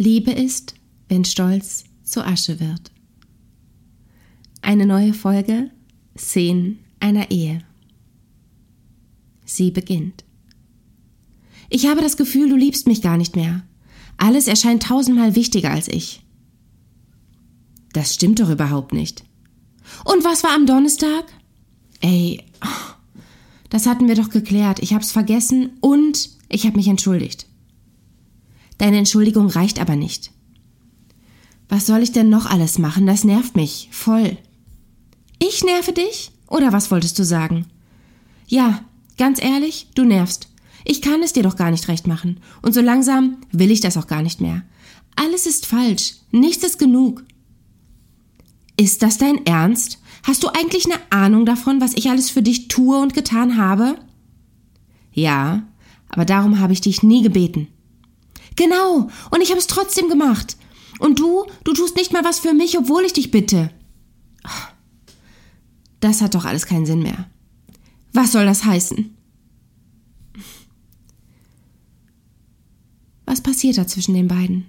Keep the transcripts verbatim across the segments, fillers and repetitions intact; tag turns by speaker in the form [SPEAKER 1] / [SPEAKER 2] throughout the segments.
[SPEAKER 1] Liebe ist, wenn Stolz zu Asche wird. Eine neue Folge, Szenen einer Ehe. Sie beginnt. Ich habe das Gefühl, du liebst mich gar nicht mehr. Alles erscheint tausendmal wichtiger als ich. Das stimmt doch überhaupt nicht. Und was war am Donnerstag? Ey, das hatten wir doch geklärt. Ich hab's vergessen und ich habe mich entschuldigt. Deine Entschuldigung reicht aber nicht. Was soll ich denn noch alles machen? Das nervt mich voll. Ich nerve dich? Oder was wolltest du sagen? Ja, ganz ehrlich, du nervst. Ich kann es dir doch gar nicht recht machen. Und so langsam will ich das auch gar nicht mehr. Alles ist falsch. Nichts ist genug. Ist das dein Ernst? Hast du eigentlich eine Ahnung davon, was ich alles für dich tue und getan habe? Ja, aber darum habe ich dich nie gebeten. Genau, und ich habe es trotzdem gemacht. Und du, du tust nicht mal was für mich, obwohl ich dich bitte. Das hat doch alles keinen Sinn mehr. Was soll das heißen? Was passiert da zwischen den beiden?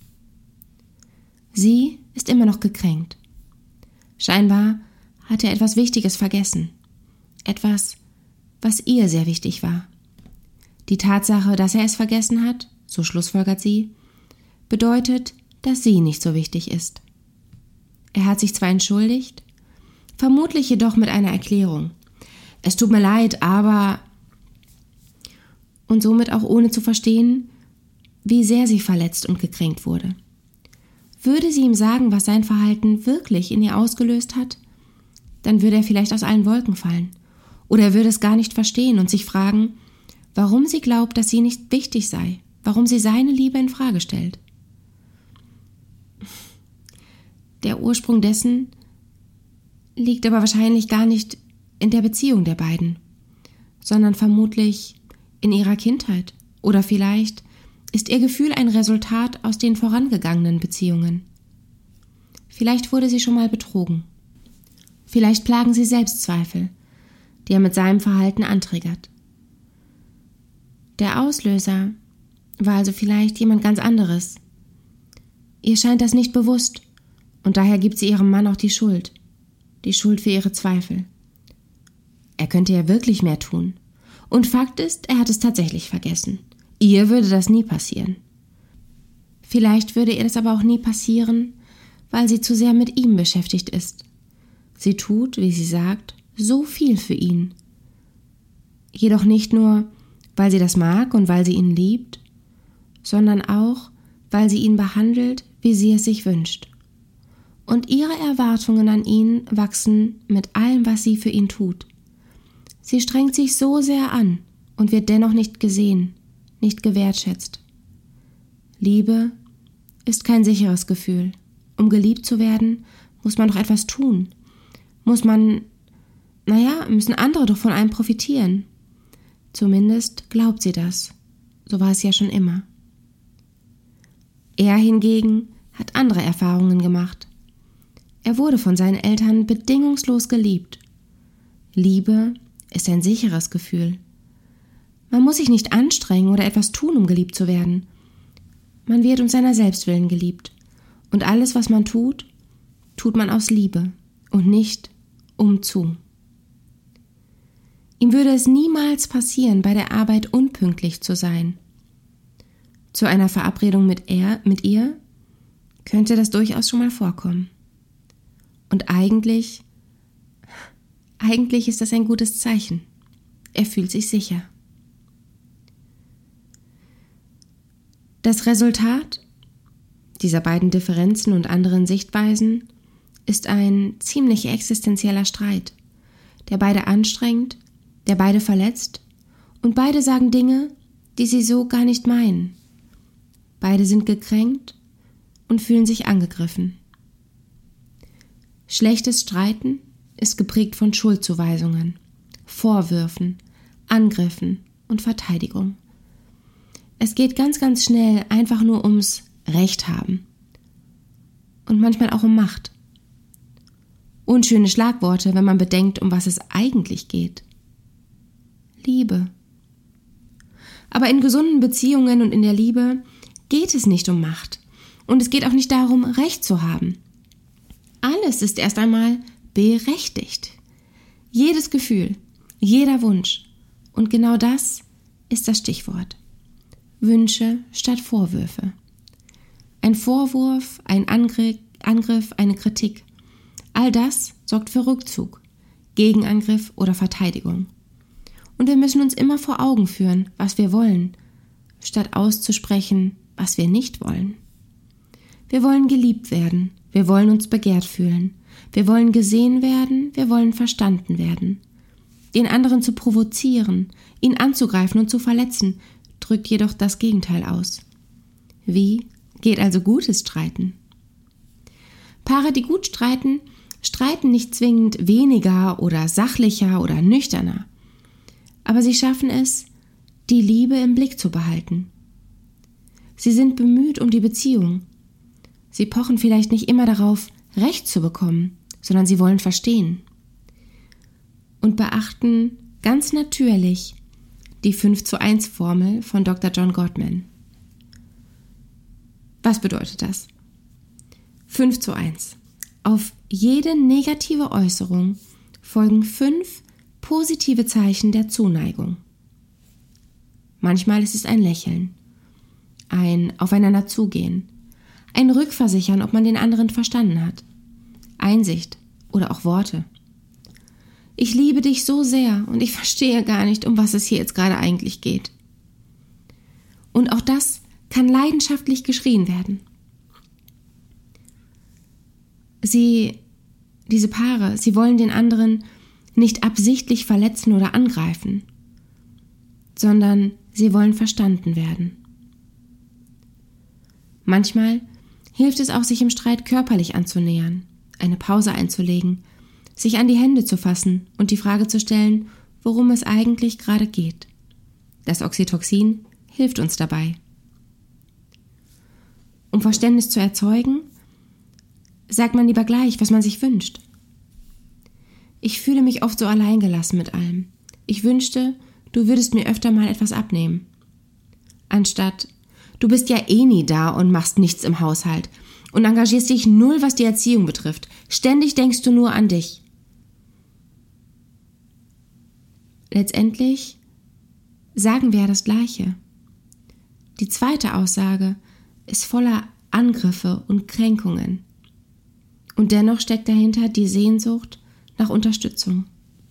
[SPEAKER 1] Sie ist immer noch gekränkt. Scheinbar hat er etwas Wichtiges vergessen. Etwas, was ihr sehr wichtig war. Die Tatsache, dass er es vergessen hat, so schlussfolgert sie, bedeutet, dass sie nicht so wichtig ist. Er hat sich zwar entschuldigt, vermutlich jedoch mit einer Erklärung. Es tut mir leid, aber... Und somit auch ohne zu verstehen, wie sehr sie verletzt und gekränkt wurde. Würde sie ihm sagen, was sein Verhalten wirklich in ihr ausgelöst hat, dann würde er vielleicht aus allen Wolken fallen. Oder er würde es gar nicht verstehen und sich fragen, warum sie glaubt, dass sie nicht wichtig sei, warum sie seine Liebe in Frage stellt. Der Ursprung dessen liegt aber wahrscheinlich gar nicht in der Beziehung der beiden, sondern vermutlich in ihrer Kindheit. Oder vielleicht ist ihr Gefühl ein Resultat aus den vorangegangenen Beziehungen. Vielleicht wurde sie schon mal betrogen. Vielleicht plagen sie Selbstzweifel, die er mit seinem Verhalten antriggert. Der Auslöser war also vielleicht jemand ganz anderes. Ihr scheint das nicht bewusst und daher gibt sie ihrem Mann auch die Schuld. Die Schuld für ihre Zweifel. Er könnte ja wirklich mehr tun. Und Fakt ist, er hat es tatsächlich vergessen. Ihr würde das nie passieren. Vielleicht würde ihr das aber auch nie passieren, weil sie zu sehr mit ihm beschäftigt ist. Sie tut, wie sie sagt, so viel für ihn. Jedoch nicht nur, weil sie das mag und weil sie ihn liebt, sondern auch, weil sie ihn behandelt, wie sie es sich wünscht. Und ihre Erwartungen an ihn wachsen mit allem, was sie für ihn tut. Sie strengt sich so sehr an und wird dennoch nicht gesehen, nicht gewertschätzt. Liebe ist kein sicheres Gefühl. Um geliebt zu werden, muss man doch etwas tun. Muss man, naja, müssen andere doch von einem profitieren. Zumindest glaubt sie das. So war es ja schon immer. Er hingegen hat andere Erfahrungen gemacht. Er wurde von seinen Eltern bedingungslos geliebt. Liebe ist ein sicheres Gefühl. Man muss sich nicht anstrengen oder etwas tun, um geliebt zu werden. Man wird um seiner selbst willen geliebt. Und alles, was man tut, tut man aus Liebe und nicht um zu. Ihm würde es niemals passieren, bei der Arbeit unpünktlich zu sein. Zu einer Verabredung mit, er, mit ihr könnte das durchaus schon mal vorkommen. Und eigentlich, eigentlich ist das ein gutes Zeichen. Er fühlt sich sicher. Das Resultat dieser beiden Differenzen und anderen Sichtweisen ist ein ziemlich existenzieller Streit, der beide anstrengt, der beide verletzt und beide sagen Dinge, die sie so gar nicht meinen. Beide sind gekränkt und fühlen sich angegriffen. Schlechtes Streiten ist geprägt von Schuldzuweisungen, Vorwürfen, Angriffen und Verteidigung. Es geht ganz, ganz schnell einfach nur ums Recht haben und manchmal auch um Macht. Unschöne Schlagworte, wenn man bedenkt, um was es eigentlich geht. Liebe. Aber in gesunden Beziehungen und in der Liebe geht es nicht um Macht. Und es geht auch nicht darum, Recht zu haben. Alles ist erst einmal berechtigt. Jedes Gefühl, jeder Wunsch. Und genau das ist das Stichwort. Wünsche statt Vorwürfe. Ein Vorwurf, ein Angriff, Angriff, eine Kritik. All das sorgt für Rückzug, Gegenangriff oder Verteidigung. Und wir müssen uns immer vor Augen führen, was wir wollen, statt auszusprechen, was wir nicht wollen. Wir wollen geliebt werden, wir wollen uns begehrt fühlen, wir wollen gesehen werden, wir wollen verstanden werden. Den anderen zu provozieren, ihn anzugreifen und zu verletzen, drückt jedoch das Gegenteil aus. Wie geht also gutes Streiten? Paare, die gut streiten, streiten nicht zwingend weniger oder sachlicher oder nüchterner. Aber sie schaffen es, die Liebe im Blick zu behalten. Sie sind bemüht um die Beziehung. Sie pochen vielleicht nicht immer darauf, Recht zu bekommen, sondern sie wollen verstehen. Und beachten ganz natürlich die fünf zu eins Formel von Doktor John Gottman. Was bedeutet das? fünf zu eins. Auf jede negative Äußerung folgen fünf positive Zeichen der Zuneigung. Manchmal ist es ein Lächeln, ein Aufeinander zugehen, ein Rückversichern, ob man den anderen verstanden hat, Einsicht oder auch Worte. Ich liebe dich so sehr und ich verstehe gar nicht, um was es hier jetzt gerade eigentlich geht. Und auch das kann leidenschaftlich geschrien werden. Sie, diese Paare, sie wollen den anderen nicht absichtlich verletzen oder angreifen, sondern sie wollen verstanden werden. Manchmal hilft es auch, sich im Streit körperlich anzunähern, eine Pause einzulegen, sich an die Hände zu fassen und die Frage zu stellen, worum es eigentlich gerade geht. Das Oxytocin hilft uns dabei. Um Verständnis zu erzeugen, sagt man lieber gleich, was man sich wünscht. Ich fühle mich oft so alleingelassen mit allem. Ich wünschte, du würdest mir öfter mal etwas abnehmen. Anstatt, du bist ja eh nie da und machst nichts im Haushalt und engagierst dich null, was die Erziehung betrifft. Ständig denkst du nur an dich. Letztendlich sagen wir ja das Gleiche. Die zweite Aussage ist voller Angriffe und Kränkungen. Und dennoch steckt dahinter die Sehnsucht nach Unterstützung.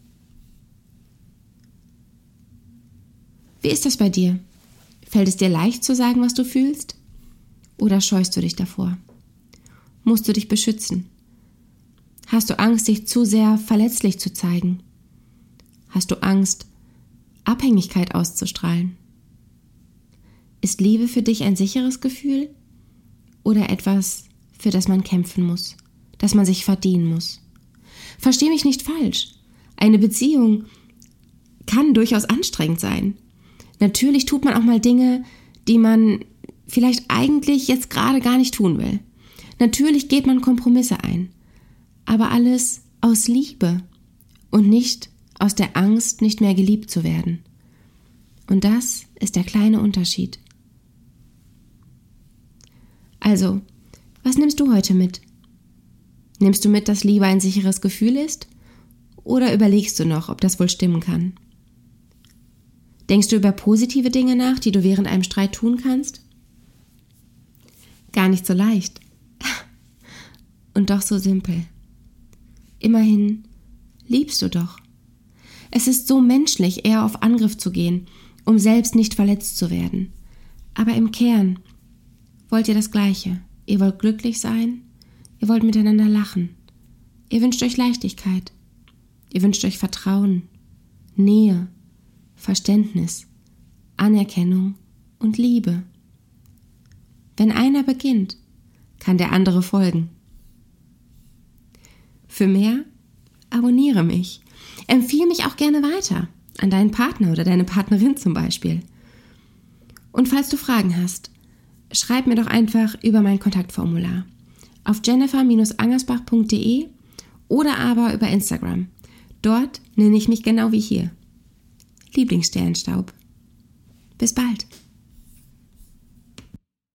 [SPEAKER 1] Wie ist das bei dir? Fällt es dir leicht zu sagen, was du fühlst? Oder scheust du dich davor? Musst du dich beschützen? Hast du Angst, dich zu sehr verletzlich zu zeigen? Hast du Angst, Abhängigkeit auszustrahlen? Ist Liebe für dich ein sicheres Gefühl oder etwas, für das man kämpfen muss, das man sich verdienen muss? Versteh mich nicht falsch. Eine Beziehung kann durchaus anstrengend sein. Natürlich tut man auch mal Dinge, die man vielleicht eigentlich jetzt gerade gar nicht tun will. Natürlich geht man Kompromisse ein. Aber alles aus Liebe und nicht aus der Angst, nicht mehr geliebt zu werden. Und das ist der kleine Unterschied. Also, was nimmst du heute mit? Nimmst du mit, dass Liebe ein sicheres Gefühl ist? Oder überlegst du noch, ob das wohl stimmen kann? Denkst du über positive Dinge nach, die du während einem Streit tun kannst? Gar nicht so leicht. Und doch so simpel. Immerhin liebst du doch. Es ist so menschlich, eher auf Angriff zu gehen, um selbst nicht verletzt zu werden. Aber im Kern wollt ihr das Gleiche. Ihr wollt glücklich sein, ihr wollt miteinander lachen. Ihr wünscht euch Leichtigkeit. Ihr wünscht euch Vertrauen, Nähe, Verständnis, Anerkennung und Liebe. Wenn einer beginnt, kann der andere folgen. Für mehr abonniere mich. Empfehle mich auch gerne weiter, an deinen Partner oder deine Partnerin zum Beispiel. Und falls du Fragen hast, schreib mir doch einfach über mein Kontaktformular auf jennifer Bindestrich angersbach punkt de oder aber über Instagram. Dort nenne ich mich genau wie hier. Lieblingssternstaub. Bis bald.